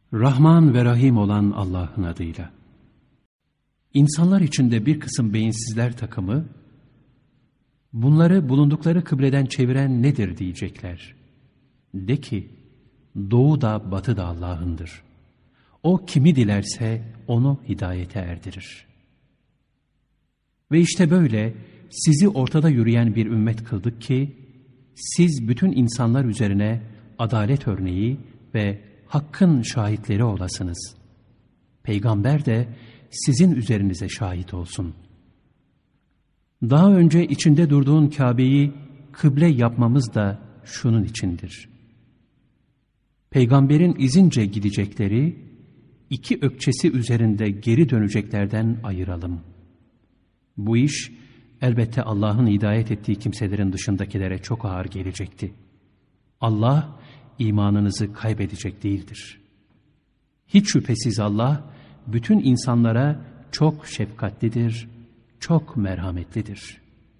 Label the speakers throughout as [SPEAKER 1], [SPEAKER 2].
[SPEAKER 1] Rahman ve Rahim olan Allah'ın adıyla. İnsanlar içinde bir kısım beyinsizler takımı, bunları bulundukları kıbleden çeviren nedir diyecekler. De ki, doğu da batı da Allah'ındır. O kimi dilerse onu hidayete erdirir. Ve işte böyle sizi ortada yürüyen bir ümmet kıldık ki, siz bütün insanlar üzerine adalet örneği ve hakkın şahitleri olasınız. Peygamber de sizin üzerinize şahit olsun. Daha önce içinde durduğun Kabe'yi kıble yapmamız da şunun içindir. Peygamberin izince gidecekleri, iki ökçesi üzerinde geri döneceklerden ayıralım. Bu iş elbette Allah'ın hidayet ettiği kimselerin dışındakilere çok ağır gelecekti. Allah imanınızı kaybedecek değildir. Hiç şüphesiz Allah bütün insanlara çok şefkatlidir, çok merhametlidir.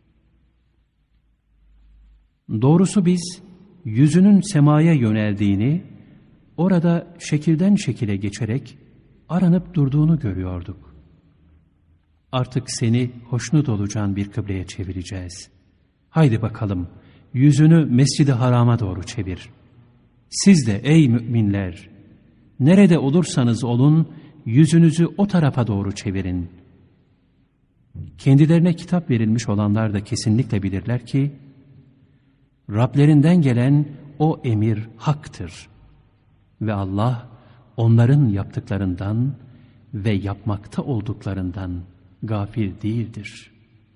[SPEAKER 1] Doğrusu biz yüzünün semaya yöneldiğini, orada şekilden şekile geçerek aranıp durduğunu görüyorduk. Artık seni hoşnut olacağın bir kıbleye çevireceğiz. Haydi bakalım, yüzünü Mescid-i Haram'a doğru çevir. Siz de ey müminler, nerede olursanız olun, yüzünüzü o tarafa doğru çevirin. Kendilerine kitap verilmiş olanlar da kesinlikle bilirler ki, Rablerinden gelen o emir haktır. Ve Allah onların yaptıklarından ve yapmakta olduklarından gafil değildir.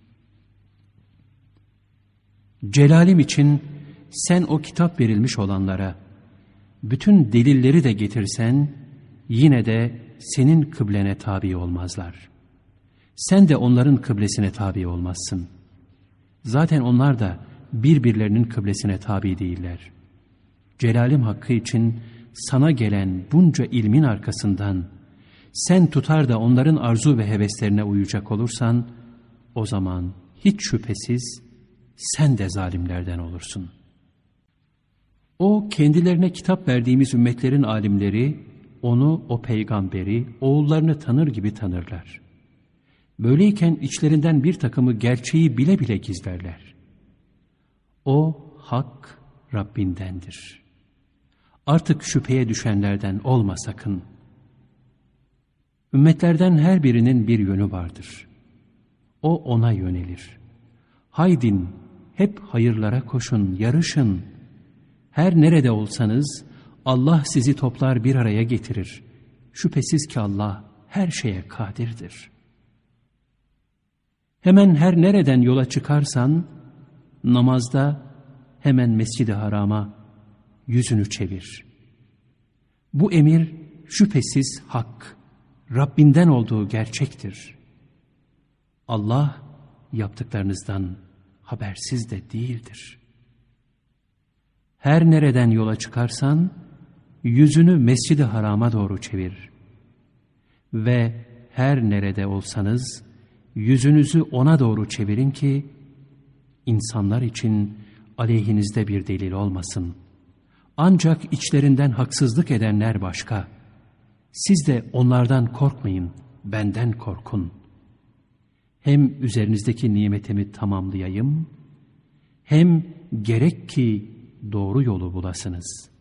[SPEAKER 1] Celalim için sen o kitap verilmiş olanlara bütün delilleri de getirsen yine de senin kıblene tabi olmazlar. Sen de onların kıblesine tabi olmazsın. Zaten onlar da birbirlerinin kıblesine tabi değiller. Celalim hakkı için sana gelen bunca ilmin arkasından sen tutar da onların arzu ve heveslerine uyacak olursan, o zaman hiç şüphesiz sen de zalimlerden olursun. O kendilerine kitap verdiğimiz ümmetlerin alimleri, onu, o peygamberi, oğullarını tanır gibi tanırlar. Böyleyken içlerinden bir takımı gerçeği bile bile gizlerler. O hak Rabbindendir. Artık şüpheye düşenlerden olma sakın. Ümmetlerden her birinin bir yönü vardır. O ona yönelir. Haydin, hep hayırlara koşun, yarışın. Her nerede olsanız Allah sizi toplar bir araya getirir. Şüphesiz ki Allah her şeye kadirdir. Hemen her nereden yola çıkarsan, namazda hemen Mescid-i Haram'a yüzünü çevir. Bu emir şüphesiz hak, Rabbinden olduğu gerçektir. Allah yaptıklarınızdan habersiz de değildir. Her nereden yola çıkarsan yüzünü Mescid-i Haram'a doğru çevir. Ve her nerede olsanız yüzünüzü ona doğru çevirin ki insanlar için aleyhinizde bir delil olmasın. Ancak içlerinden haksızlık edenler başka. Siz de onlardan korkmayın, benden korkun. Hem üzerinizdeki nimetimi tamamlayayım, hem gerek ki doğru yolu bulasınız.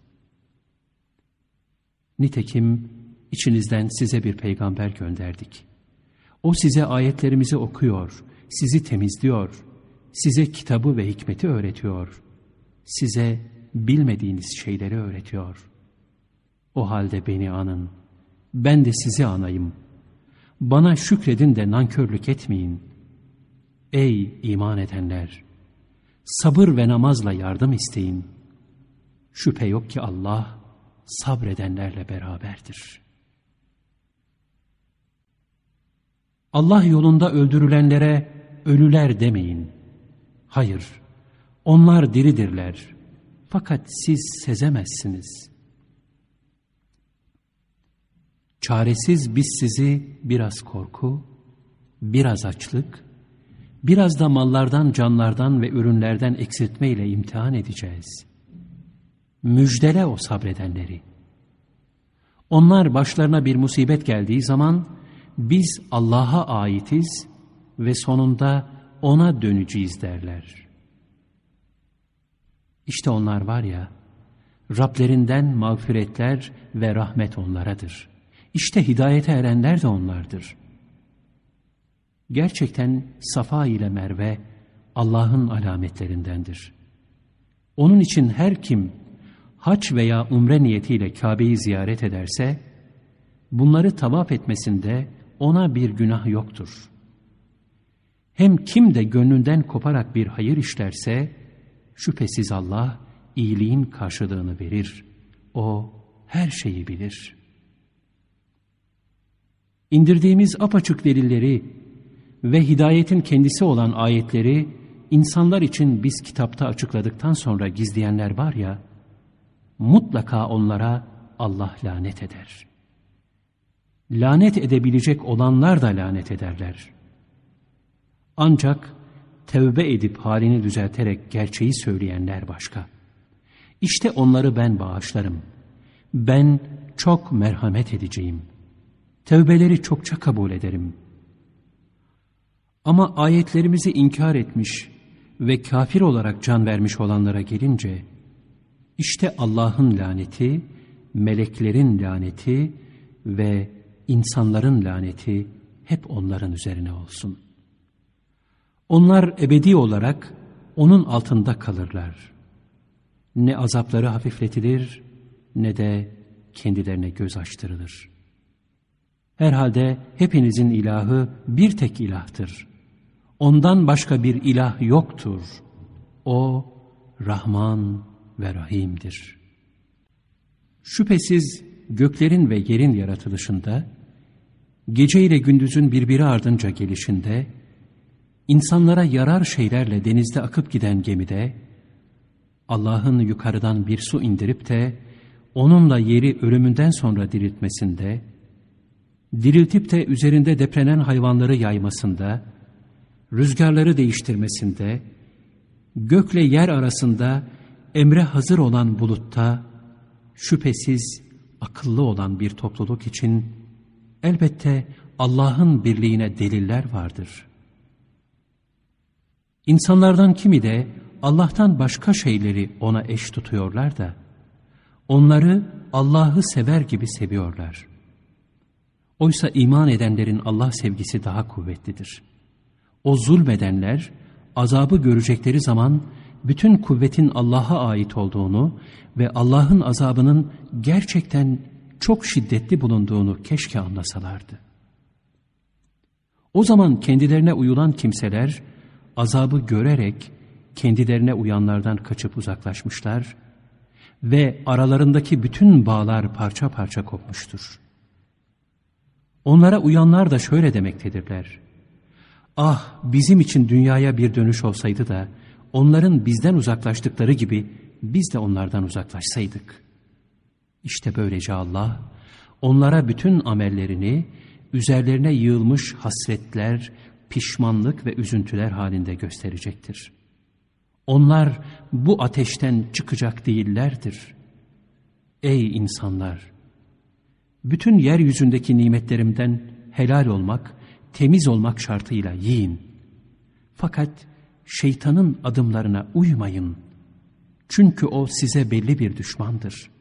[SPEAKER 1] Nitekim içinizden size bir peygamber gönderdik. O size ayetlerimizi okuyor, sizi temizliyor, size kitabı ve hikmeti öğretiyor, size bilmediğiniz şeyleri öğretiyor. O halde beni anın, ben de sizi anayım. Bana şükredin de nankörlük etmeyin. Ey iman edenler! Sabır ve namazla yardım isteyin. Şüphe yok ki Allah sabredenlerle beraberdir. Allah yolunda öldürülenlere ölüler demeyin. Hayır, onlar diridirler. Fakat siz sezemezsiniz. Çaresiz biz sizi biraz korku, biraz açlık, biraz da mallardan, canlardan ve ürünlerden eksiltmeyle imtihan edeceğiz. Müjdele o sabredenleri. Onlar başlarına bir musibet geldiği zaman biz Allah'a aitiz ve sonunda O'na döneceğiz derler. İşte onlar var ya, Rablerinden mağfiretler ve rahmet onlaradır. İşte hidayete erenler de onlardır. Gerçekten Safa ile Merve Allah'ın alametlerindendir. Onun için her kim hac veya umre niyetiyle Kabe'yi ziyaret ederse, bunları tavaf etmesinde ona bir günah yoktur. Hem kim de gönlünden koparak bir hayır işlerse, şüphesiz Allah iyiliğin karşılığını verir. O her şeyi bilir. İndirdiğimiz apaçık delilleri ve hidayetin kendisi olan ayetleri insanlar için biz kitapta açıkladıktan sonra gizleyenler var ya, mutlaka onlara Allah lanet eder. Lanet edebilecek olanlar da lanet ederler. Ancak tevbe edip halini düzelterek gerçeği söyleyenler başka. İşte onları ben bağışlarım. Ben çok merhamet edeceğim. Tevbeleri çokça kabul ederim. Ama ayetlerimizi inkar etmiş ve kafir olarak can vermiş olanlara gelince, işte Allah'ın laneti, meleklerin laneti ve insanların laneti hep onların üzerine olsun. Onlar ebedi olarak onun altında kalırlar. Ne azapları hafifletilir ne de kendilerine göz açtırılır. Herhalde hepinizin ilahı bir tek ilahtır. Ondan başka bir ilah yoktur. O Rahman ve Rahim'dir. Şüphesiz göklerin ve yerin yaratılışında, gece ile gündüzün birbiri ardınca gelişinde, insanlara yarar şeylerle denizde akıp giden gemide, Allah'ın yukarıdan bir su indirip de onunla yeri ölümünden sonra diriltmesinde, diriltip de üzerinde deprenen hayvanları yaymasında, rüzgarları değiştirmesinde, gökle yer arasında emre hazır olan bulutta, şüphesiz akıllı olan bir topluluk için elbette Allah'ın birliğine deliller vardır. İnsanlardan kimi de Allah'tan başka şeyleri ona eş tutuyorlar da, onları Allah'ı sever gibi seviyorlar. Oysa iman edenlerin Allah sevgisi daha kuvvetlidir. O zulmedenler, azabı görecekleri zaman, bütün kuvvetin Allah'a ait olduğunu ve Allah'ın azabının gerçekten çok şiddetli bulunduğunu keşke anlasalardı. O zaman kendilerine uyulan kimseler, azabı görerek kendilerine uyanlardan kaçıp uzaklaşmışlar ve aralarındaki bütün bağlar parça parça kopmuştur. Onlara uyanlar da şöyle demektedirler: ah, bizim için dünyaya bir dönüş olsaydı da onların bizden uzaklaştıkları gibi biz de onlardan uzaklaşsaydık. İşte böylece Allah onlara bütün amellerini üzerlerine yığılmış hasretler, pişmanlık ve üzüntüler halinde gösterecektir. Onlar bu ateşten çıkacak değillerdir. Ey insanlar! Bütün yeryüzündeki nimetlerimden helal olmak, temiz olmak şartıyla yiyin. Fakat şeytanın adımlarına uymayın. Çünkü o size belli bir düşmandır.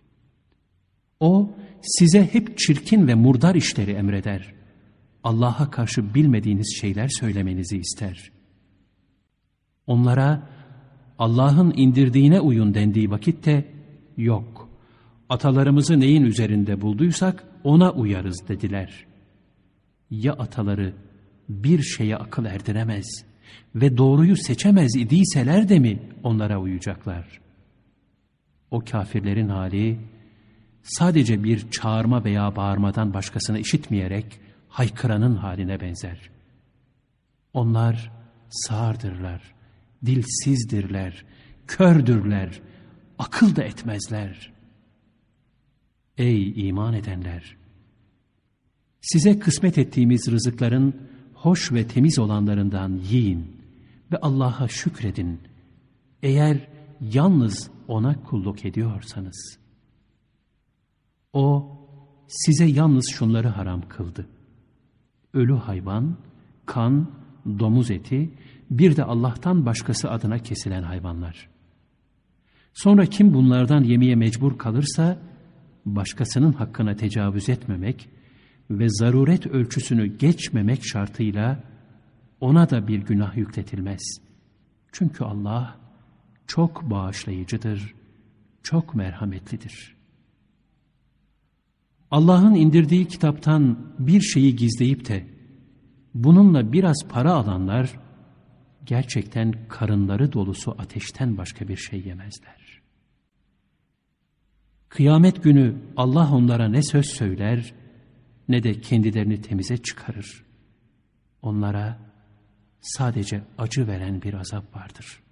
[SPEAKER 1] O size hep çirkin ve murdar işleri emreder. Allah'a karşı bilmediğiniz şeyler söylemenizi ister. Onlara Allah'ın indirdiğine uyun dendiği vakitte yok, atalarımızı neyin üzerinde bulduysak ona uyarız dediler. Ya ataları bir şeye akıl erdiremez ve doğruyu seçemez idiyseler de mi onlara uyacaklar? O kafirlerin hali sadece bir çağırma veya bağırmadan başkasını işitmeyerek haykıranın haline benzer. Onlar sağırdırlar, dilsizdirler, kördürler, akıl da etmezler. Ey iman edenler! Size kısmet ettiğimiz rızıkların hoş ve temiz olanlarından yiyin ve Allah'a şükredin. Eğer yalnız O'na kulluk ediyorsanız. O size yalnız şunları haram kıldı: ölü hayvan, kan, domuz eti, bir de Allah'tan başkası adına kesilen hayvanlar. Sonra kim bunlardan yemeye mecbur kalırsa, başkasının hakkına tecavüz etmemek ve zaruret ölçüsünü geçmemek şartıyla ona da bir günah yükletilmez. Çünkü Allah çok bağışlayıcıdır, çok merhametlidir. Allah'ın indirdiği kitaptan bir şeyi gizleyip de bununla biraz para alanlar gerçekten karınları dolusu ateşten başka bir şey yemezler. Kıyamet günü Allah onlara ne söz söyler ne de kendilerini temize çıkarır. Onlara sadece acı veren bir azap vardır.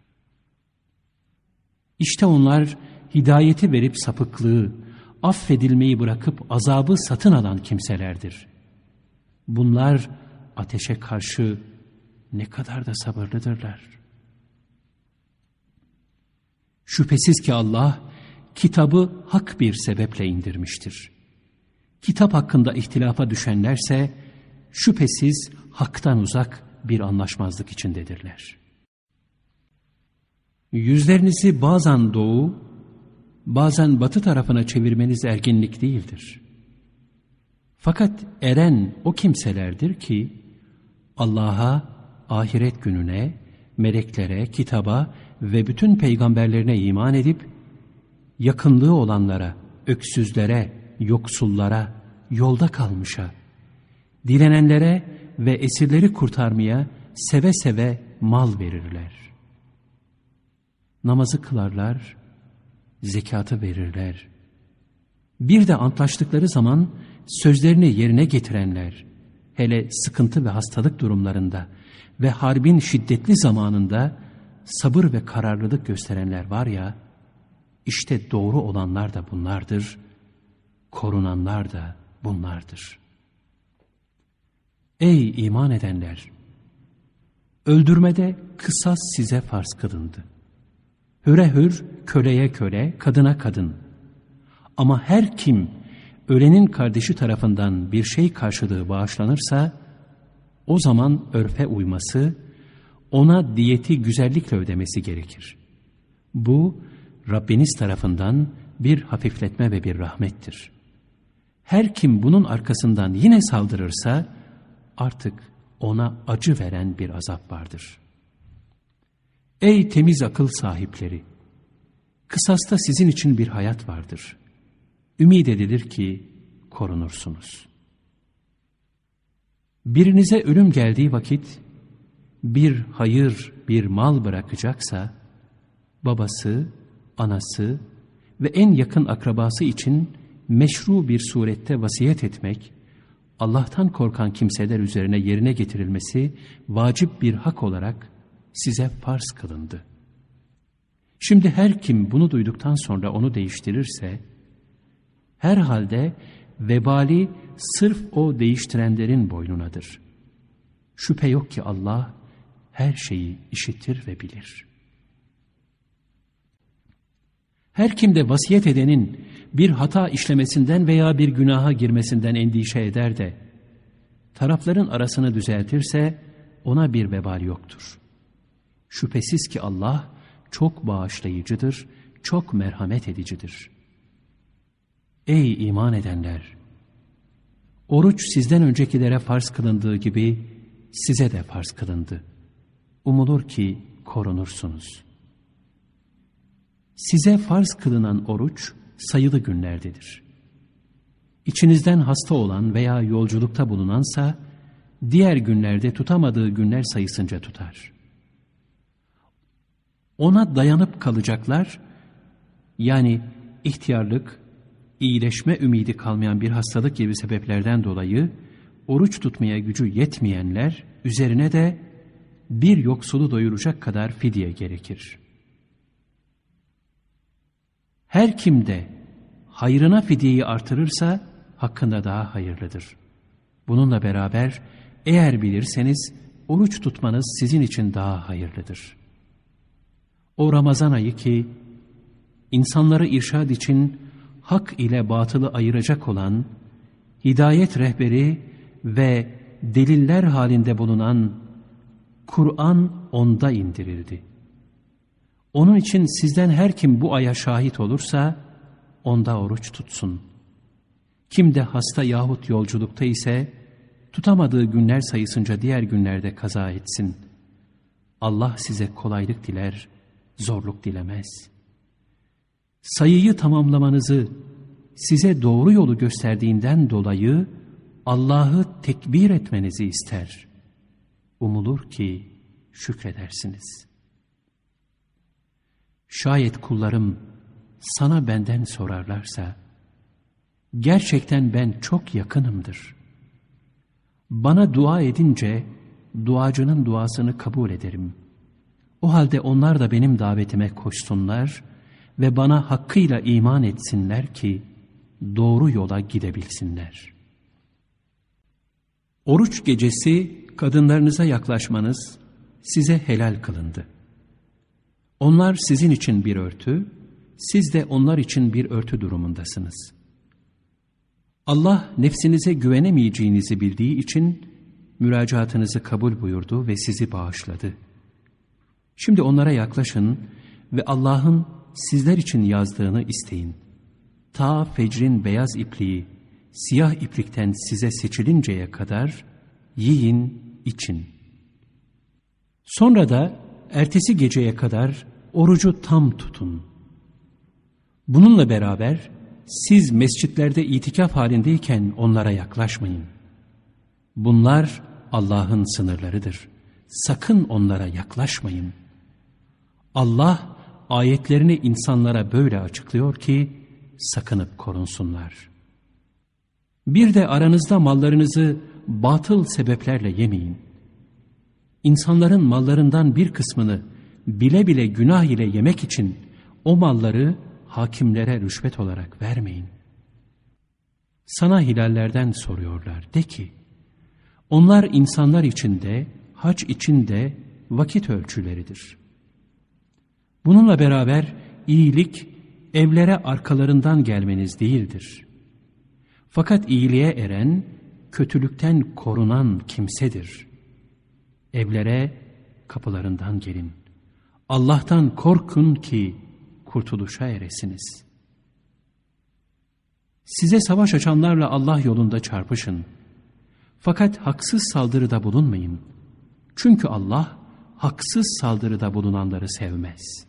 [SPEAKER 1] İşte onlar hidayeti verip sapıklığı, affedilmeyi bırakıp azabı satın alan kimselerdir. Bunlar ateşe karşı ne kadar da sabırlıdırlar. Şüphesiz ki Allah kitabı hak bir sebeple indirmiştir. Kitap hakkında ihtilafa düşenlerse şüphesiz haktan uzak bir anlaşmazlık içindedirler. Yüzlerinizi bazen doğu, bazen batı tarafına çevirmeniz erginlik değildir. Fakat eren o kimselerdir ki Allah'a, ahiret gününe, meleklere, kitaba ve bütün peygamberlerine iman edip yakınlığı olanlara, öksüzlere, yoksullara, yolda kalmışa, dilenenlere ve esirleri kurtarmaya seve seve mal verirler. Namazı kılarlar, zekatı verirler. Bir de antlaştıkları zaman sözlerini yerine getirenler, hele sıkıntı ve hastalık durumlarında ve harbin şiddetli zamanında sabır ve kararlılık gösterenler var ya, işte doğru olanlar da bunlardır, korunanlar da bunlardır. Ey iman edenler! Öldürmede kısas size farz kılındı. Hüre hür, köleye köle, kadına kadın. Ama her kim ölenin kardeşi tarafından bir şey karşılığı bağışlanırsa, o zaman örfe uyması, ona diyeti güzellikle ödemesi gerekir. Bu, Rabbiniz tarafından bir hafifletme ve bir rahmettir. Her kim bunun arkasından yine saldırırsa, artık ona acı veren bir azap vardır. Ey temiz akıl sahipleri! Kısasta sizin için bir hayat vardır. Ümid edilir ki korunursunuz. Birinize ölüm geldiği vakit bir hayır, bir mal bırakacaksa, babası, anası ve en yakın akrabası için meşru bir surette vasiyet etmek, Allah'tan korkan kimseler üzerine yerine getirilmesi vacip bir hak olarak size farz kılındı. Şimdi her kim bunu duyduktan sonra onu değiştirirse, herhalde vebali sırf o değiştirenlerin boynunadır. Şüphe yok ki Allah her şeyi işitir ve bilir. Her kim de vasiyet edenin bir hata işlemesinden veya bir günaha girmesinden endişe eder de tarafların arasını düzeltirse ona bir vebal yoktur. Şüphesiz ki Allah çok bağışlayıcıdır, çok merhamet edicidir. Ey iman edenler! Oruç sizden öncekilere farz kılındığı gibi size de farz kılındı. Umulur ki korunursunuz. Size farz kılınan oruç sayılı günlerdedir. İçinizden hasta olan veya yolculukta bulunansa diğer günlerde tutamadığı günler sayısınca tutar. Ona dayanıp kalacaklar, yani ihtiyarlık, iyileşme ümidi kalmayan bir hastalık gibi sebeplerden dolayı oruç tutmaya gücü yetmeyenler üzerine de bir yoksulu doyuracak kadar fidye gerekir. Her kim de hayrına fidyeyi artırırsa hakkında daha hayırlıdır. Bununla beraber eğer bilirseniz oruç tutmanız sizin için daha hayırlıdır. O Ramazan ayı ki insanları irşad için hak ile batılı ayıracak olan, hidayet rehberi ve deliller halinde bulunan Kur'an onda indirildi. Onun için sizden her kim bu aya şahit olursa onda oruç tutsun. Kim de hasta yahut yolculukta ise tutamadığı günler sayısınca diğer günlerde kaza etsin. Allah size kolaylık diler, zorluk dilemez. Sayıyı tamamlamanızı size doğru yolu gösterdiğinden dolayı Allah'ı tekbir etmenizi ister. Umulur ki şükredersiniz. Şayet kullarım sana benden sorarlarsa, gerçekten ben çok yakınımdır. Bana dua edince duacının duasını kabul ederim. O halde onlar da benim davetime koşsunlar ve bana hakkıyla iman etsinler ki doğru yola gidebilsinler. Oruç gecesi kadınlarınıza yaklaşmanız size helal kılındı. Onlar sizin için bir örtü, siz de onlar için bir örtü durumundasınız. Allah nefsinize güvenemeyeceğinizi bildiği için müracaatınızı kabul buyurdu ve sizi bağışladı. Şimdi onlara yaklaşın ve Allah'ın sizler için yazdığını isteyin. Ta fecrin beyaz ipliği siyah iplikten size seçilinceye kadar yiyin, için. Sonra da ertesi geceye kadar orucu tam tutun. Bununla beraber siz mescitlerde itikaf halindeyken onlara yaklaşmayın. Bunlar Allah'ın sınırlarıdır. Sakın onlara yaklaşmayın. Allah ayetlerini insanlara böyle açıklıyor ki sakınıp korunsunlar. Bir de aranızda mallarınızı batıl sebeplerle yemeyin. İnsanların mallarından bir kısmını bile bile günah ile yemek için o malları hakimlere rüşvet olarak vermeyin. Sana hilallerden soruyorlar. De ki, onlar insanlar için de, hac için de vakit ölçüleridir. Bununla beraber iyilik, evlere arkalarından gelmeniz değildir. Fakat iyiliğe eren, kötülükten korunan kimsedir. Evlere kapılarından gelin. Allah'tan korkun ki kurtuluşa eresiniz. Size savaş açanlarla Allah yolunda çarpışın. Fakat haksız saldırıda bulunmayın. Çünkü Allah haksız saldırıda bulunanları sevmez.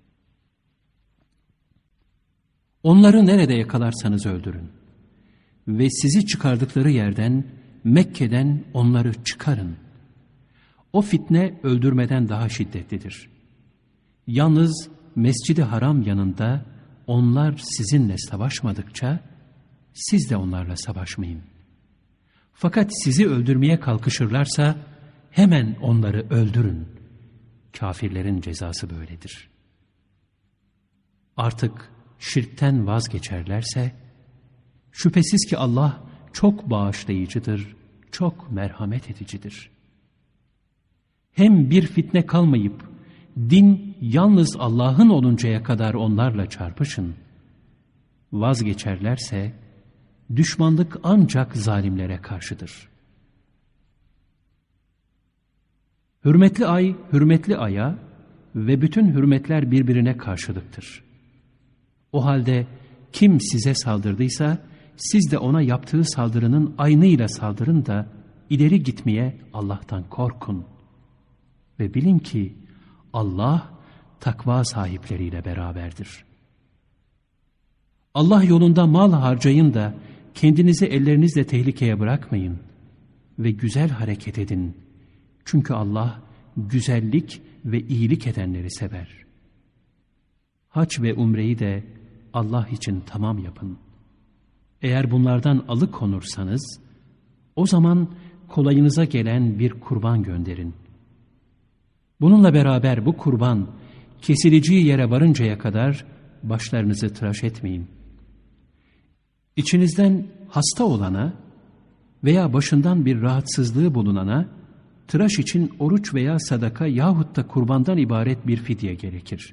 [SPEAKER 1] Onları nerede yakalarsanız öldürün. Ve sizi çıkardıkları yerden, Mekke'den onları çıkarın. O fitne öldürmeden daha şiddetlidir. Yalnız Mescid-i Haram yanında onlar sizinle savaşmadıkça siz de onlarla savaşmayın. Fakat sizi öldürmeye kalkışırlarsa hemen onları öldürün. Kafirlerin cezası böyledir. Artık şirkten vazgeçerlerse şüphesiz ki Allah çok bağışlayıcıdır, çok merhamet edicidir. Hem bir fitne kalmayıp din yalnız Allah'ın oluncaya kadar onlarla çarpışın. Vazgeçerlerse düşmanlık ancak zalimlere karşıdır. Hürmetli ay, hürmetli aya ve bütün hürmetler birbirine karşılıktır. O halde kim size saldırdıysa siz de ona yaptığı saldırının aynıyla saldırın da ileri gitmeye Allah'tan korkun. Ve bilin ki Allah takva sahipleriyle beraberdir. Allah yolunda mal harcayın da kendinizi ellerinizle tehlikeye bırakmayın ve güzel hareket edin. Çünkü Allah güzellik ve iyilik edenleri sever. Hac ve umreyi de Allah için tamam yapın. Eğer bunlardan alıkonursanız o zaman kolayınıza gelen bir kurban gönderin. Bununla beraber bu kurban kesileceği yere varıncaya kadar başlarınızı tıraş etmeyin. İçinizden hasta olana veya başından bir rahatsızlığı bulunana tıraş için oruç veya sadaka yahut da kurbandan ibaret bir fidye gerekir.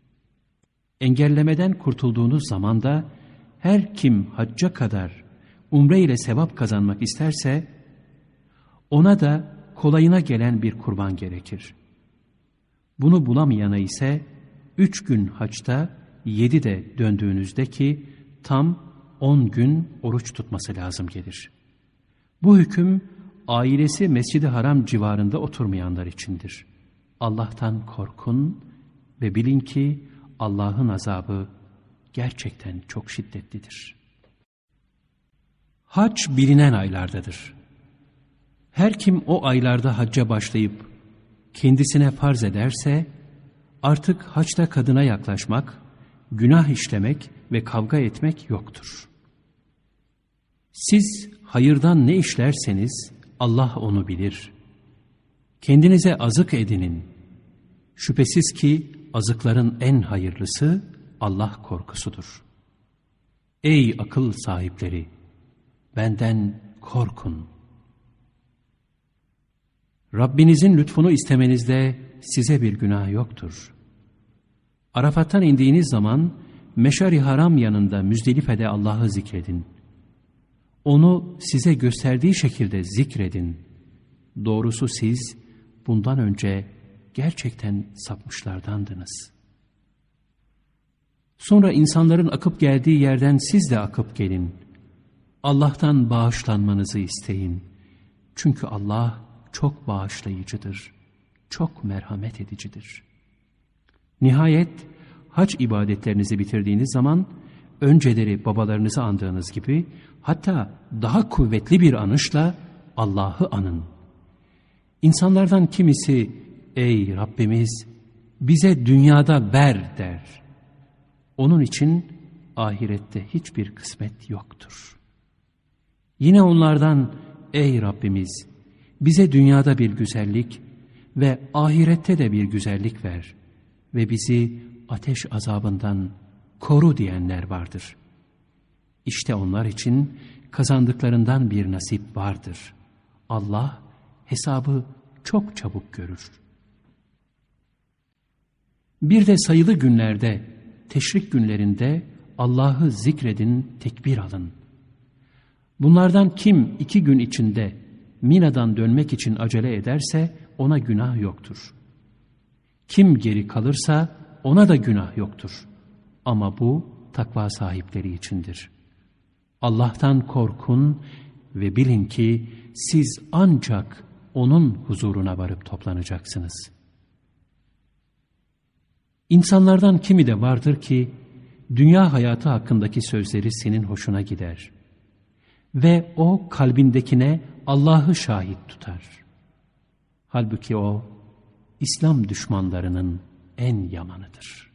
[SPEAKER 1] Engellemeden kurtulduğunuz zaman da her kim hacca kadar umre ile sevap kazanmak isterse, ona da kolayına gelen bir kurban gerekir. Bunu bulamayana ise 3 gün haçta, 7 de döndüğünüzde ki tam 10 gün oruç tutması lazım gelir. Bu hüküm ailesi Mescid-i Haram civarında oturmayanlar içindir. Allah'tan korkun ve bilin ki Allah'ın azabı gerçekten çok şiddetlidir. Hac bilinen aylardadır. Her kim o aylarda hacca başlayıp kendisine farz ederse, artık haçta kadına yaklaşmak, günah işlemek ve kavga etmek yoktur. Siz hayırdan ne işlerseniz Allah onu bilir. Kendinize azık edinin. Şüphesiz ki azıkların en hayırlısı Allah korkusudur. Ey akıl sahipleri! Benden korkun. Rabbinizin lütfunu istemenizde size bir günah yoktur. Arafat'tan indiğiniz zaman Meşar-i Haram yanında Müzdelife'de Allah'ı zikredin. Onu size gösterdiği şekilde zikredin. Doğrusu siz bundan önce gerçekten sapmışlardandınız. Sonra insanların akıp geldiği yerden siz de akıp gelin. Allah'tan bağışlanmanızı isteyin. Çünkü Allah çok bağışlayıcıdır, çok merhamet edicidir. Nihayet hac ibadetlerinizi bitirdiğiniz zaman önceleri babalarınızı andığınız gibi hatta daha kuvvetli bir anışla Allah'ı anın. İnsanlardan kimisi ey Rabbimiz bize dünyada ver der. Onun için ahirette hiçbir kısmet yoktur. Yine onlardan ey Rabbimiz bize dünyada bir güzellik ve ahirette de bir güzellik ver ve bizi ateş azabından koru diyenler vardır. İşte onlar için kazandıklarından bir nasip vardır. Allah hesabı çok çabuk görür. Bir de sayılı günlerde, teşrik günlerinde Allah'ı zikredin, tekbir alın. Bunlardan kim 2 gün içinde Mina'dan dönmek için acele ederse ona günah yoktur. Kim geri kalırsa ona da günah yoktur. Ama bu takva sahipleri içindir. Allah'tan korkun ve bilin ki siz ancak onun huzuruna varıp toplanacaksınız. İnsanlardan kimi de vardır ki dünya hayatı hakkındaki sözleri senin hoşuna gider. Ve o kalbindekine Allah'ı şahit tutar. Halbuki o İslam düşmanlarının en yamanıdır.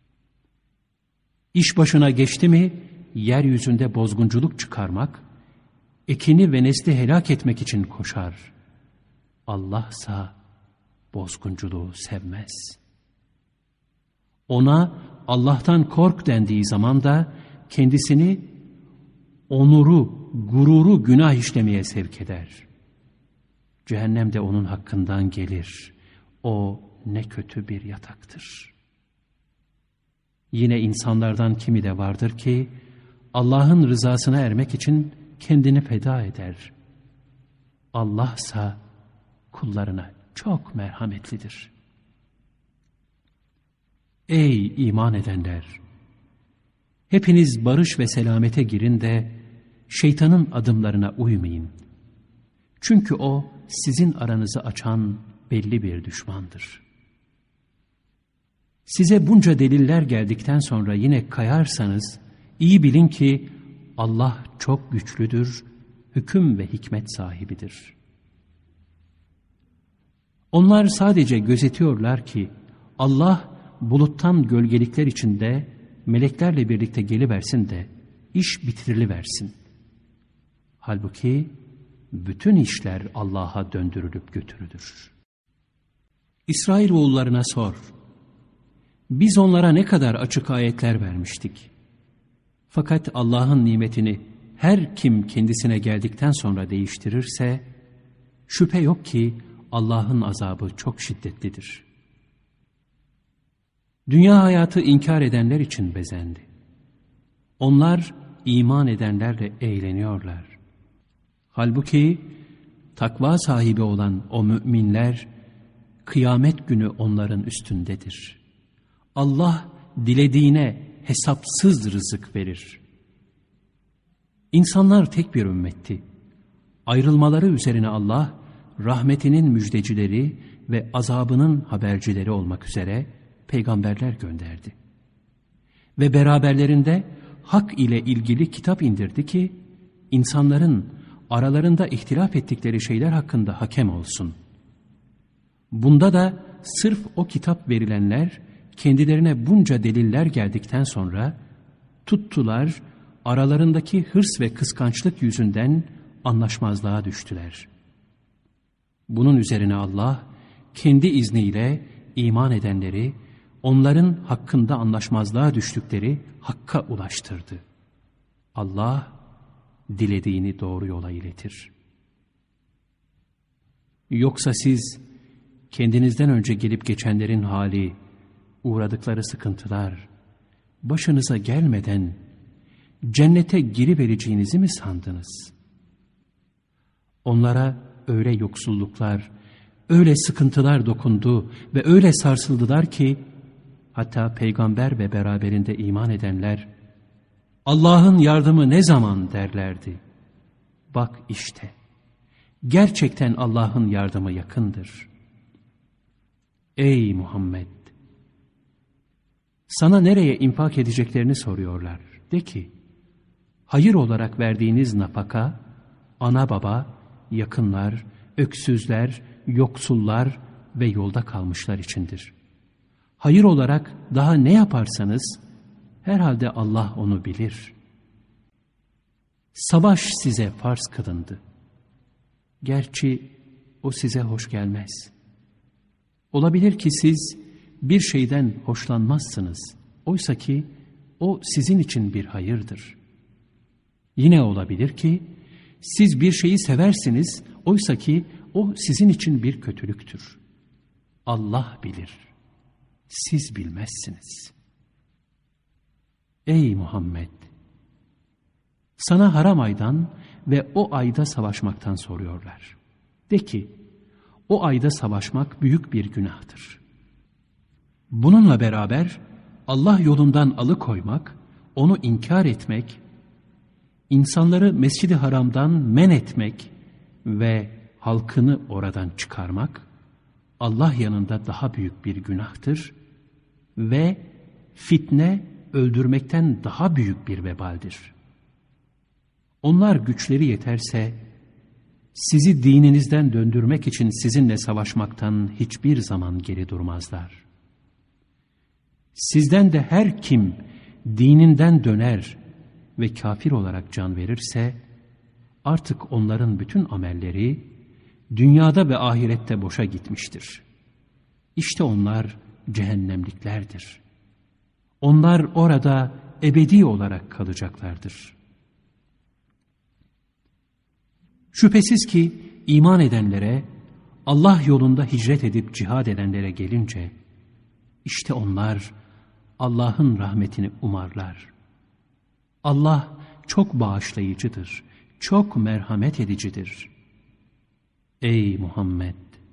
[SPEAKER 1] İş başına geçti mi yeryüzünde bozgunculuk çıkarmak, ekini ve nesli helak etmek için koşar. Allah'sa bozgunculuğu sevmez. Ona Allah'tan kork dendiği zaman da kendisini onuru, gururu günah işlemeye sevk eder. Cehennem de onun hakkından gelir. O ne kötü bir yataktır. Yine insanlardan kimi de vardır ki Allah'ın rızasına ermek için kendini feda eder. Allah'sa kullarına çok merhametlidir. Ey iman edenler! Hepiniz barış ve selamete girin de şeytanın adımlarına uymayın. Çünkü o sizin aranızı açan belli bir düşmandır. Size bunca deliller geldikten sonra yine kayarsanız iyi bilin ki Allah çok güçlüdür, hüküm ve hikmet sahibidir. Onlar sadece gözetiyorlar ki Allah buluttan gölgelikler içinde meleklerle birlikte geliversin de iş bitiriliversin. Halbuki bütün işler Allah'a döndürülüp götürülür. İsrailoğullarına sor. Biz onlara ne kadar açık ayetler vermiştik. Fakat Allah'ın nimetini her kim kendisine geldikten sonra değiştirirse, şüphe yok ki Allah'ın azabı çok şiddetlidir. Dünya hayatı inkar edenler için bezendi. Onlar iman edenlerle eğleniyorlar. Halbuki takva sahibi olan o müminler, kıyamet günü onların üstündedir. Allah dilediğine hesapsız rızık verir. İnsanlar tek bir ümmetti. Ayrılmaları üzerine Allah, rahmetinin müjdecileri ve azabının habercileri olmak üzere peygamberler gönderdi. Ve beraberlerinde hak ile ilgili kitap indirdi ki, insanların aralarında ihtilaf ettikleri şeyler hakkında hakem olsun. Bunda da sırf o kitap verilenler, kendilerine bunca deliller geldikten sonra, tuttular, aralarındaki hırs ve kıskançlık yüzünden anlaşmazlığa düştüler. Bunun üzerine Allah, kendi izniyle iman edenleri, onların hakkında anlaşmazlığa düştükleri hakka ulaştırdı. Allah, dilediğini doğru yola iletir. Yoksa siz, kendinizden önce gelip geçenlerin hali, uğradıkları sıkıntılar, başınıza gelmeden cennete girivereceğinizi mi sandınız? Onlara öyle yoksulluklar, öyle sıkıntılar dokundu ve öyle sarsıldılar ki, hatta peygamber ve beraberinde iman edenler, Allah'ın yardımı ne zaman derlerdi. Bak işte, gerçekten Allah'ın yardımı yakındır. Ey Muhammed! Sana nereye infak edeceklerini soruyorlar. De ki, hayır olarak verdiğiniz nafaka, ana baba, yakınlar, öksüzler, yoksullar ve yolda kalmışlar içindir. Hayır olarak daha ne yaparsanız, herhalde Allah onu bilir. Savaş size farz kılındı. Gerçi o size hoş gelmez. Olabilir ki siz bir şeyden hoşlanmazsınız. Oysa ki o sizin için bir hayırdır. Yine olabilir ki siz bir şeyi seversiniz. Oysa ki o sizin için bir kötülüktür. Allah bilir. Siz bilmezsiniz. Ey Muhammed! Sana haram aydan ve o ayda savaşmaktan soruyorlar. De ki, o ayda savaşmak büyük bir günahtır. Bununla beraber Allah yolundan alıkoymak, onu inkar etmek, insanları Mescid-i Haram'dan men etmek ve halkını oradan çıkarmak, Allah yanında daha büyük bir günahtır ve fitne öldürmekten daha büyük bir vebaldir. Onlar güçleri yeterse, sizi dininizden döndürmek için sizinle savaşmaktan hiçbir zaman geri durmazlar. Sizden de her kim dininden döner ve kafir olarak can verirse, artık onların bütün amelleri dünyada ve ahirette boşa gitmiştir. İşte onlar cehennemliklerdir. Onlar orada ebedi olarak kalacaklardır. Şüphesiz ki iman edenlere, Allah yolunda hicret edip cihad edenlere gelince, işte onlar Allah'ın rahmetini umarlar. Allah çok bağışlayıcıdır, çok merhamet edicidir. Ey Muhammed!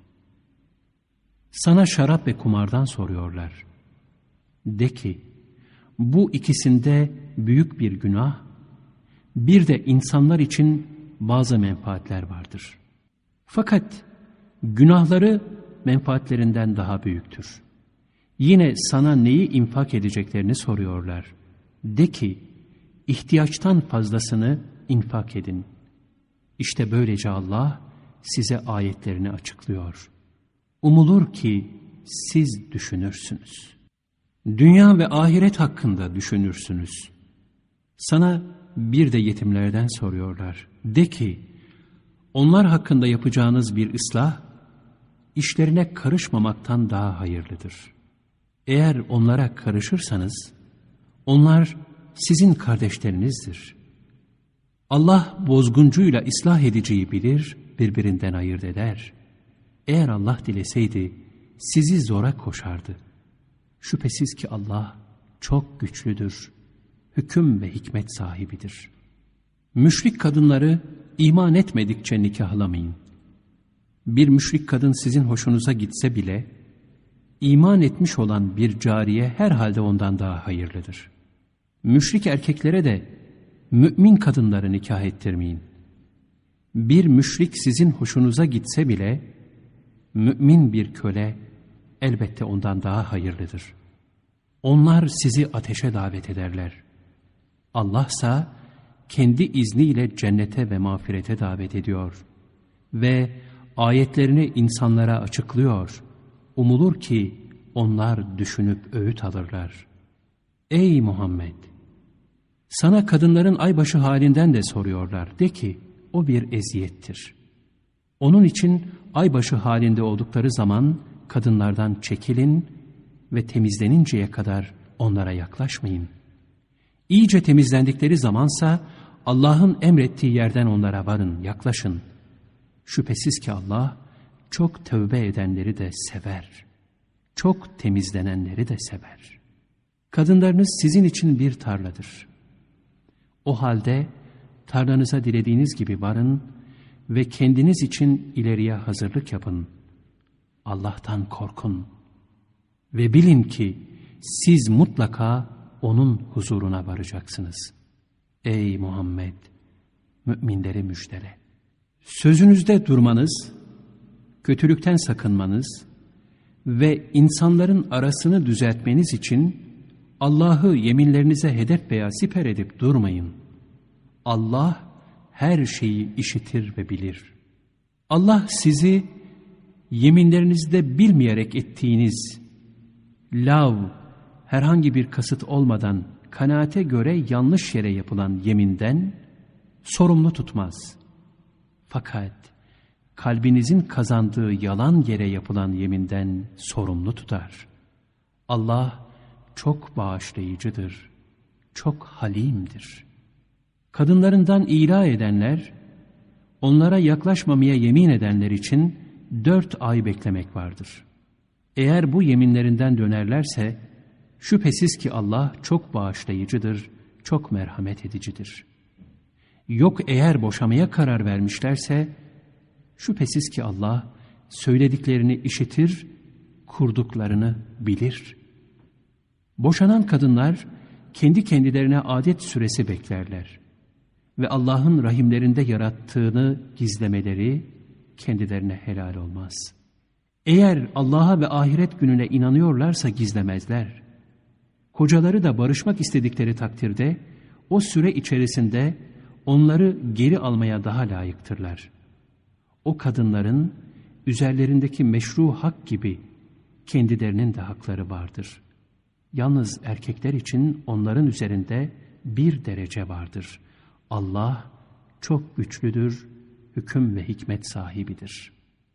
[SPEAKER 1] Sana şarap ve kumardan soruyorlar. De ki, bu ikisinde büyük bir günah, bir de insanlar için bazı menfaatler vardır. Fakat günahları menfaatlerinden daha büyüktür. Yine sana neyi infak edeceklerini soruyorlar. De ki, ihtiyaçtan fazlasını infak edin. İşte böylece Allah size ayetlerini açıklıyor. Umulur ki siz düşünürsünüz. Dünya ve ahiret hakkında düşünürsünüz. Sana bir de yetimlerden soruyorlar. De ki, onlar hakkında yapacağınız bir ıslah, işlerine karışmamaktan daha hayırlıdır. Eğer onlara karışırsanız, onlar sizin kardeşlerinizdir. Allah bozguncuyla ıslah ediciyi bilir, birbirinden ayırt eder. Eğer Allah dileseydi, sizi zora koşardı. Şüphesiz ki Allah çok güçlüdür hüküm ve hikmet sahibidir. Müşrik kadınları iman etmedikçe nikahlamayın. Bir müşrik kadın sizin hoşunuza gitse bile, iman etmiş olan bir cariye herhalde ondan daha hayırlıdır. Müşrik erkeklere de mümin kadınları nikah ettirmeyin. Bir müşrik sizin hoşunuza gitse bile, mümin bir köle elbette ondan daha hayırlıdır. Onlar sizi ateşe davet ederler. Allah'sa kendi izniyle cennete ve mağfirete davet ediyor ve ayetlerini insanlara açıklıyor. Umulur ki onlar düşünüp öğüt alırlar. Ey Muhammed! Sana kadınların aybaşı halinden de soruyorlar. De ki, o bir eziyettir. Onun için aybaşı halinde oldukları zaman kadınlardan çekilin ve temizleninceye kadar onlara yaklaşmayın. İyice temizlendikleri zamansa Allah'ın emrettiği yerden onlara varın, yaklaşın. Şüphesiz ki Allah çok tövbe edenleri de sever. Çok temizlenenleri de sever. Kadınlarınız sizin için bir tarladır. O halde tarlanıza dilediğiniz gibi varın ve kendiniz için ileriye hazırlık yapın. Allah'tan korkun ve bilin ki siz mutlaka onun huzuruna varacaksınız. Ey Muhammed! Müminleri müjdele. Sözünüzde durmanız, kötülükten sakınmanız ve insanların arasını düzeltmeniz için Allah'ı yeminlerinize hedef veya siper edip durmayın. Allah her şeyi işitir ve bilir. Allah sizi yeminlerinizde bilmeyerek ettiğiniz lav, herhangi bir kasıt olmadan kanaate göre yanlış yere yapılan yeminden sorumlu tutmaz. Fakat kalbinizin kazandığı yalan yere yapılan yeminden sorumlu tutar. Allah çok bağışlayıcıdır, çok halimdir. Kadınlarından ila edenler, onlara yaklaşmamaya yemin edenler için 4 ay beklemek vardır. Eğer bu yeminlerinden dönerlerse, şüphesiz ki Allah çok bağışlayıcıdır, çok merhamet edicidir. Yok eğer boşamaya karar vermişlerse, şüphesiz ki Allah söylediklerini işitir, kurduklarını bilir. Boşanan kadınlar kendi kendilerine adet süresi beklerler ve Allah'ın rahimlerinde yarattığını gizlemeleri kendilerine helal olmaz. Eğer Allah'a ve ahiret gününe inanıyorlarsa gizlemezler. Kocaları da barışmak istedikleri takdirde o süre içerisinde onları geri almaya daha layıktırlar. O kadınların üzerlerindeki meşru hak gibi kendilerinin de hakları vardır. Yalnız erkekler için onların üzerinde bir derece vardır. Allah çok güçlüdür, hüküm ve hikmet sahibidir.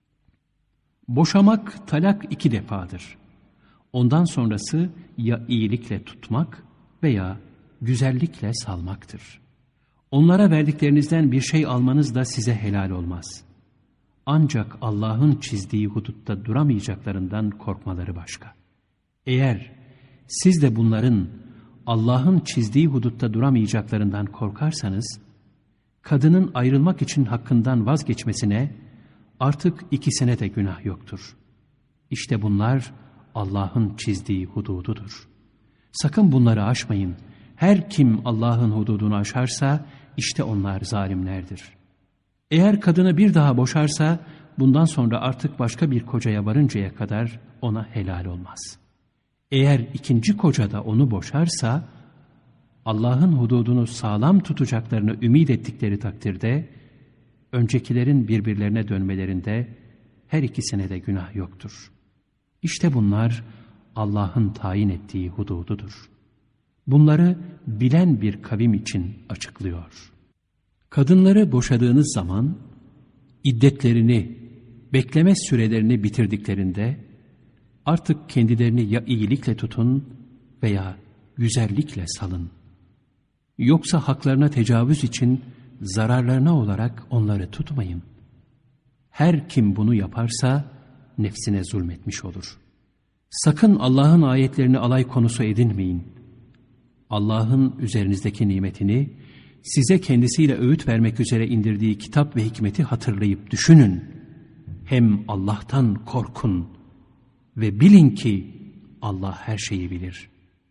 [SPEAKER 1] Boşamak talak 2 defadır. Ondan sonrası ya iyilikle tutmak veya güzellikle salmaktır. Onlara verdiklerinizden bir şey almanız da size helal olmaz. Ancak Allah'ın çizdiği hudutta duramayacaklarından korkmaları başka. Eğer siz de bunların Allah'ın çizdiği hudutta duramayacaklarından korkarsanız, kadının ayrılmak için hakkından vazgeçmesine artık 2 sene de günah yoktur. İşte bunlar Allah'ın çizdiği hudududur. Sakın bunları aşmayın. Her kim Allah'ın hududunu aşarsa işte onlar zalimlerdir. Eğer kadını bir daha boşarsa bundan sonra artık başka bir kocaya varıncaya kadar ona helal olmaz. Eğer ikinci koca da onu boşarsa Allah'ın hududunu sağlam tutacaklarını ümit ettikleri takdirde öncekilerin birbirlerine dönmelerinde her ikisine de günah yoktur. İşte bunlar Allah'ın tayin ettiği hudududur. Bunları bilen bir kavim için açıklıyor. Kadınları boşadığınız zaman iddetlerini, bekleme sürelerini bitirdiklerinde artık kendilerini ya iyilikle tutun veya güzellikle salın. Yoksa haklarına tecavüz için zararlarına olarak onları tutmayın. Her kim bunu yaparsa nefsine zulmetmiş olur. Sakın Allah'ın ayetlerini alay konusu edinmeyin. Allah'ın üzerinizdeki nimetini, size kendisiyle öğüt vermek üzere indirdiği kitap ve hikmeti hatırlayıp düşünün. Hem Allah'tan korkun ve bilin ki Allah her şeyi bilir.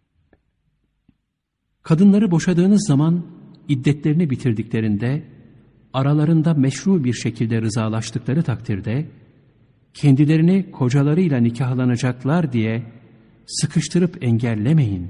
[SPEAKER 1] Kadınları boşadığınız zaman iddetlerini bitirdiklerinde, aralarında meşru bir şekilde rızalaştıkları takdirde, kendilerini kocalarıyla nikahlanacaklar diye sıkıştırıp engellemeyin.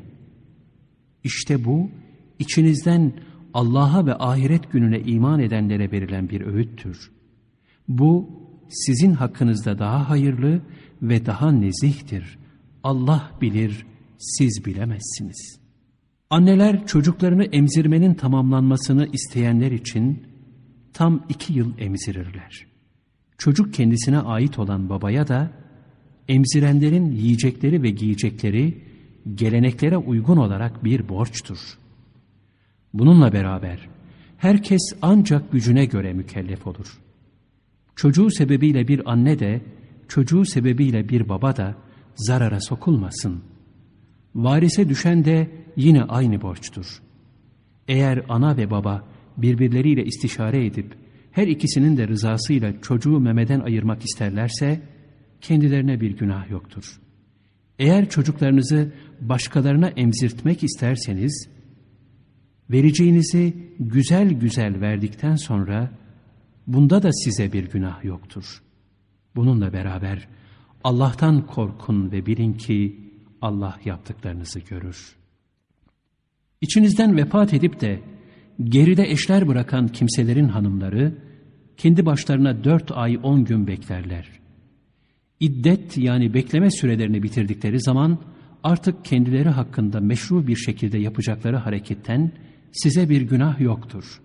[SPEAKER 1] İşte bu, içinizden Allah'a ve ahiret gününe iman edenlere verilen bir öğüttür. Bu, sizin hakkınızda daha hayırlı ve daha nezihtir. Allah bilir, siz bilemezsiniz. Anneler çocuklarını emzirmenin tamamlanmasını isteyenler için tam 2 yıl emzirirler. Çocuk kendisine ait olan babaya da emzirenlerin yiyecekleri ve giyecekleri geleneklere uygun olarak bir borçtur. Bununla beraber herkes ancak gücüne göre mükellef olur. Çocuğu sebebiyle bir anne de, çocuğu sebebiyle bir baba da zarara sokulmasın. Varise düşen de yine aynı borçtur. Eğer ana ve baba birbirleriyle istişare edip her ikisinin de rızasıyla çocuğu memeden ayırmak isterlerse kendilerine bir günah yoktur. Eğer çocuklarınızı başkalarına emzirtmek isterseniz, vereceğinizi güzel güzel verdikten sonra bunda da size bir günah yoktur. Bununla beraber Allah'tan korkun ve bilin ki Allah yaptıklarınızı görür. İçinizden vefat edip de geride eşler bırakan kimselerin hanımları kendi başlarına 4 ay 10 gün beklerler. İddet yani bekleme sürelerini bitirdikleri zaman artık kendileri hakkında meşru bir şekilde yapacakları hareketten size bir günah yoktur.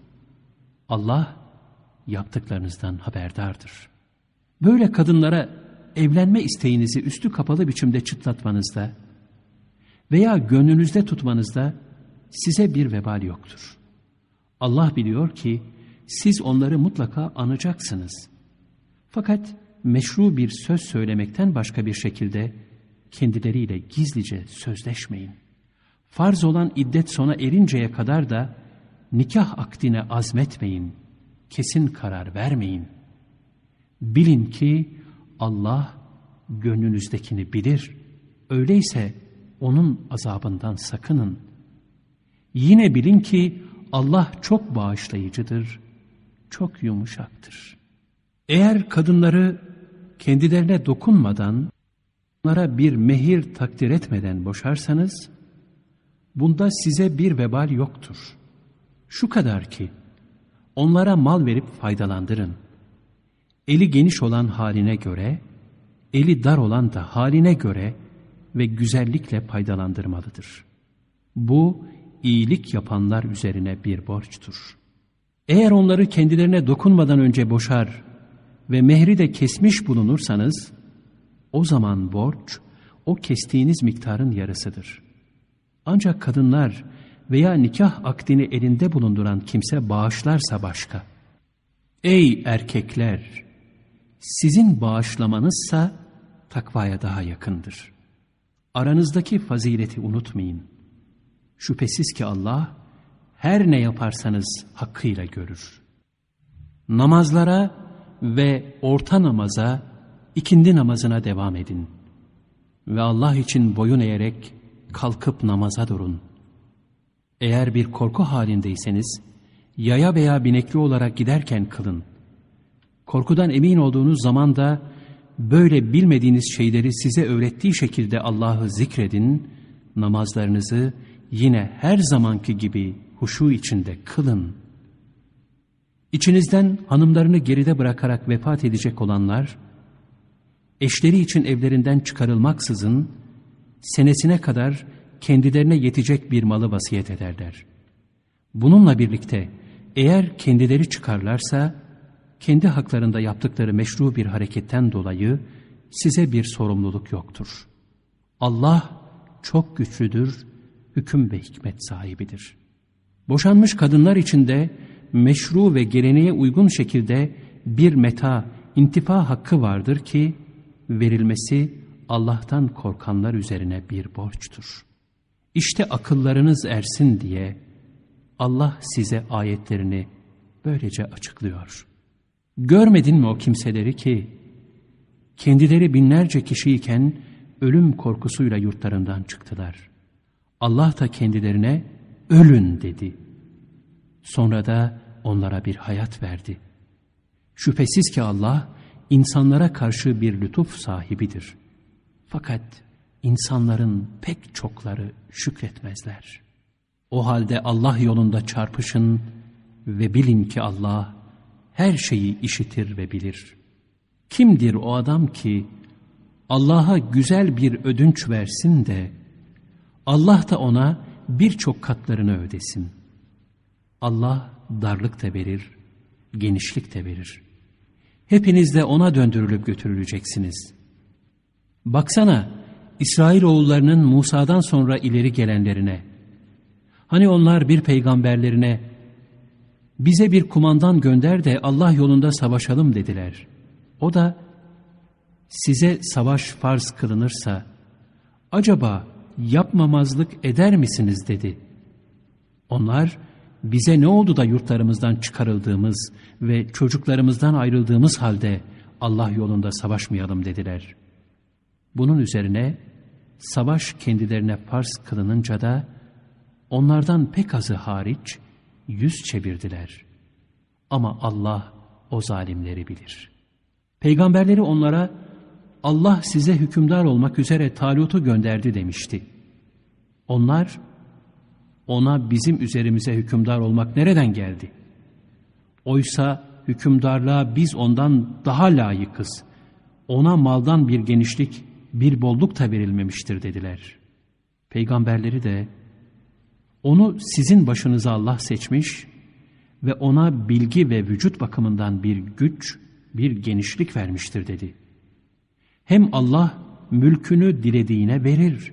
[SPEAKER 1] Allah yaptıklarınızdan haberdardır. Böyle kadınlara evlenme isteğinizi üstü kapalı biçimde çıtlatmanızda veya gönlünüzde tutmanızda size bir vebal yoktur. Allah biliyor ki siz onları mutlaka anacaksınız. Fakat meşru bir söz söylemekten başka bir şekilde kendileriyle gizlice sözleşmeyin. Farz olan iddet sona erinceye kadar da nikah akdine azmetmeyin, kesin karar vermeyin. Bilin ki Allah gönlünüzdekini bilir. Öyleyse onun azabından sakının. Yine bilin ki Allah çok bağışlayıcıdır, çok yumuşaktır. Eğer kadınları kendilerine dokunmadan, onlara bir mehir takdir etmeden boşarsanız, bunda size bir vebal yoktur. Şu kadar ki, onlara mal verip faydalandırın. Eli geniş olan haline göre, eli dar olan da haline göre ve güzellikle faydalandırmalıdır. Bu, iyilik yapanlar üzerine bir borçtur. Eğer onları kendilerine dokunmadan önce boşar ve mehri de kesmiş bulunursanız, o zaman borç, o kestiğiniz miktarın yarısıdır. Ancak kadınlar veya nikah akdini elinde bulunduran kimse bağışlarsa başka. Ey erkekler! Sizin bağışlamanızsa takvaya daha yakındır. Aranızdaki fazileti unutmayın. Şüphesiz ki Allah her ne yaparsanız hakkıyla görür. Namazlara ve orta namaza, ikindi namazına devam edin. Ve Allah için boyun eğerek kalkıp namaza durun. Eğer bir korku halindeyseniz, yaya veya binekli olarak giderken kılın. Korkudan emin olduğunuz zaman da böyle bilmediğiniz şeyleri size öğrettiği şekilde Allah'ı zikredin, namazlarınızı yine her zamanki gibi huşu içinde kılın. İçinizden hanımlarını geride bırakarak vefat edecek olanlar, eşleri için evlerinden çıkarılmaksızın, senesine kadar kendilerine yetecek bir malı vasiyet ederler. Bununla birlikte eğer kendileri çıkarlarsa, kendi haklarında yaptıkları meşru bir hareketten dolayı size bir sorumluluk yoktur. Allah çok güçlüdür, hüküm ve hikmet sahibidir. Boşanmış kadınlar için de meşru ve geleneğe uygun şekilde bir meta, intifa hakkı vardır ki, verilmesi Allah'tan korkanlar üzerine bir borçtur. İşte akıllarınız ersin diye Allah size ayetlerini böylece açıklıyor. Görmedin mi o kimseleri ki kendileri binlerce kişiyken ölüm korkusuyla yurtlarından çıktılar. Allah da kendilerine ölün dedi. Sonra da onlara bir hayat verdi. Şüphesiz ki Allah insanlara karşı bir lütuf sahibidir. Fakat insanların pek çokları şükretmezler. O halde Allah yolunda çarpışın ve bilin ki Allah her şeyi işitir ve bilir. Kimdir o adam ki Allah'a güzel bir ödünç versin de Allah da ona birçok katlarını ödesin. Allah darlık da verir, genişlik de verir. Hepiniz de ona döndürülüp götürüleceksiniz. Baksana İsrailoğullarının Musa'dan sonra ileri gelenlerine. Hani onlar bir peygamberlerine bize bir kumandan gönder de Allah yolunda savaşalım dediler. O da size savaş farz kılınırsa acaba yapmamazlık eder misiniz dedi. Onlar bize ne oldu da yurtlarımızdan çıkarıldığımız ve çocuklarımızdan ayrıldığımız halde Allah yolunda savaşmayalım dediler. Bunun üzerine savaş kendilerine farz kılınınca da onlardan pek azı hariç yüz çevirdiler. Ama Allah o zalimleri bilir. Peygamberleri onlara Allah size hükümdar olmak üzere Talut'u gönderdi demişti. Onlar ona bizim üzerimize hükümdar olmak nereden geldi? Oysa hükümdarlığa biz ondan daha layıkız. Ona maldan bir genişlik, bir bolluk da verilmemiştir dediler. Peygamberleri de onu sizin başınıza Allah seçmiş ve ona bilgi ve vücut bakımından bir güç, bir genişlik vermiştir dedi. Hem Allah mülkünü dilediğine verir.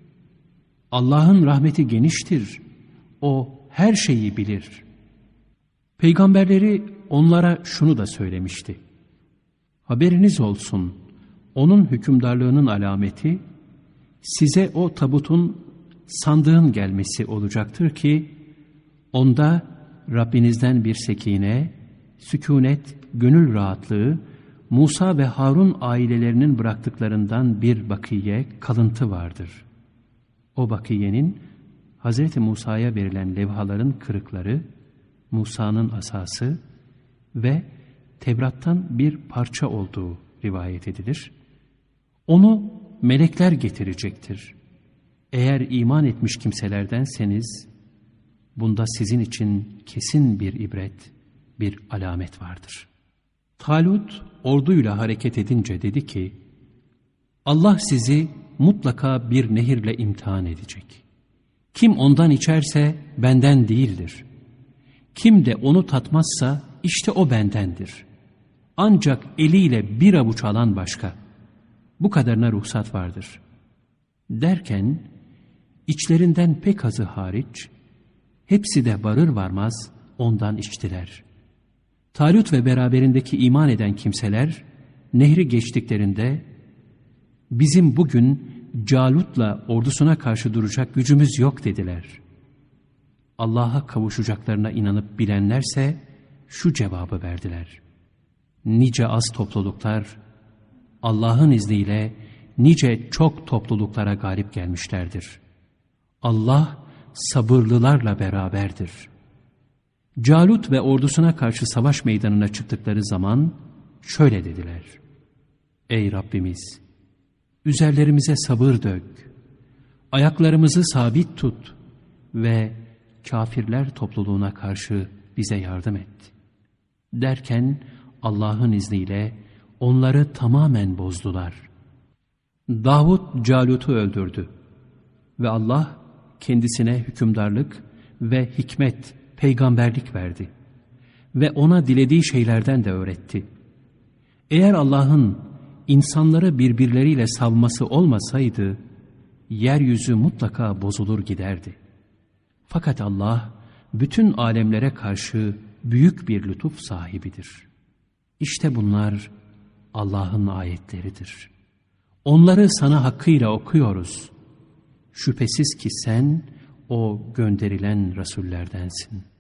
[SPEAKER 1] Allah'ın rahmeti geniştir. O her şeyi bilir. Peygamberleri onlara şunu da söylemişti. Haberiniz olsun, onun hükümdarlığının alameti size o tabutun, sandığın gelmesi olacaktır ki onda Rabbinizden bir sekine, sükûnet, gönül rahatlığı, Musa ve Harun ailelerinin bıraktıklarından bir bakiye, kalıntı vardır. O bakiyenin Hz. Musa'ya verilen levhaların kırıkları, Musa'nın asası ve Tevrat'tan bir parça olduğu rivayet edilir. Onu melekler getirecektir. Eğer iman etmiş kimselerdenseniz, bunda sizin için kesin bir ibret, bir alamet vardır. Talut orduyla hareket edince dedi ki, Allah sizi mutlaka bir nehirle imtihan edecek. Kim ondan içerse benden değildir. Kim de onu tatmazsa işte o bendendir. Ancak eliyle bir avuç alan başka. Bu kadarına ruhsat vardır. Derken içlerinden pek azı hariç hepsi de varır varmaz ondan içtiler. Talut ve beraberindeki iman eden kimseler nehri geçtiklerinde bizim bugün Calut'la ordusuna karşı duracak gücümüz yok dediler. Allah'a kavuşacaklarına inanıp bilenlerse şu cevabı verdiler. Nice az topluluklar Allah'ın izniyle nice çok topluluklara galip gelmişlerdir. Allah sabırlılarla beraberdir. Calut ve ordusuna karşı savaş meydanına çıktıkları zaman şöyle dediler. Ey Rabbimiz! Üzerlerimize sabır dök, ayaklarımızı sabit tut ve kafirler topluluğuna karşı bize yardım et. Derken Allah'ın izniyle onları tamamen bozdular. Davud Calut'u öldürdü ve Allah kendisine hükümdarlık ve hikmet, peygamberlik verdi ve ona dilediği şeylerden de öğretti. Eğer Allah'ın insanları birbirleriyle savması olmasaydı, yeryüzü mutlaka bozulur giderdi. Fakat Allah, bütün alemlere karşı büyük bir lütuf sahibidir. İşte bunlar Allah'ın ayetleridir. Onları sana hakkıyla okuyoruz. Şüphesiz ki sen o gönderilen rasullerdensin.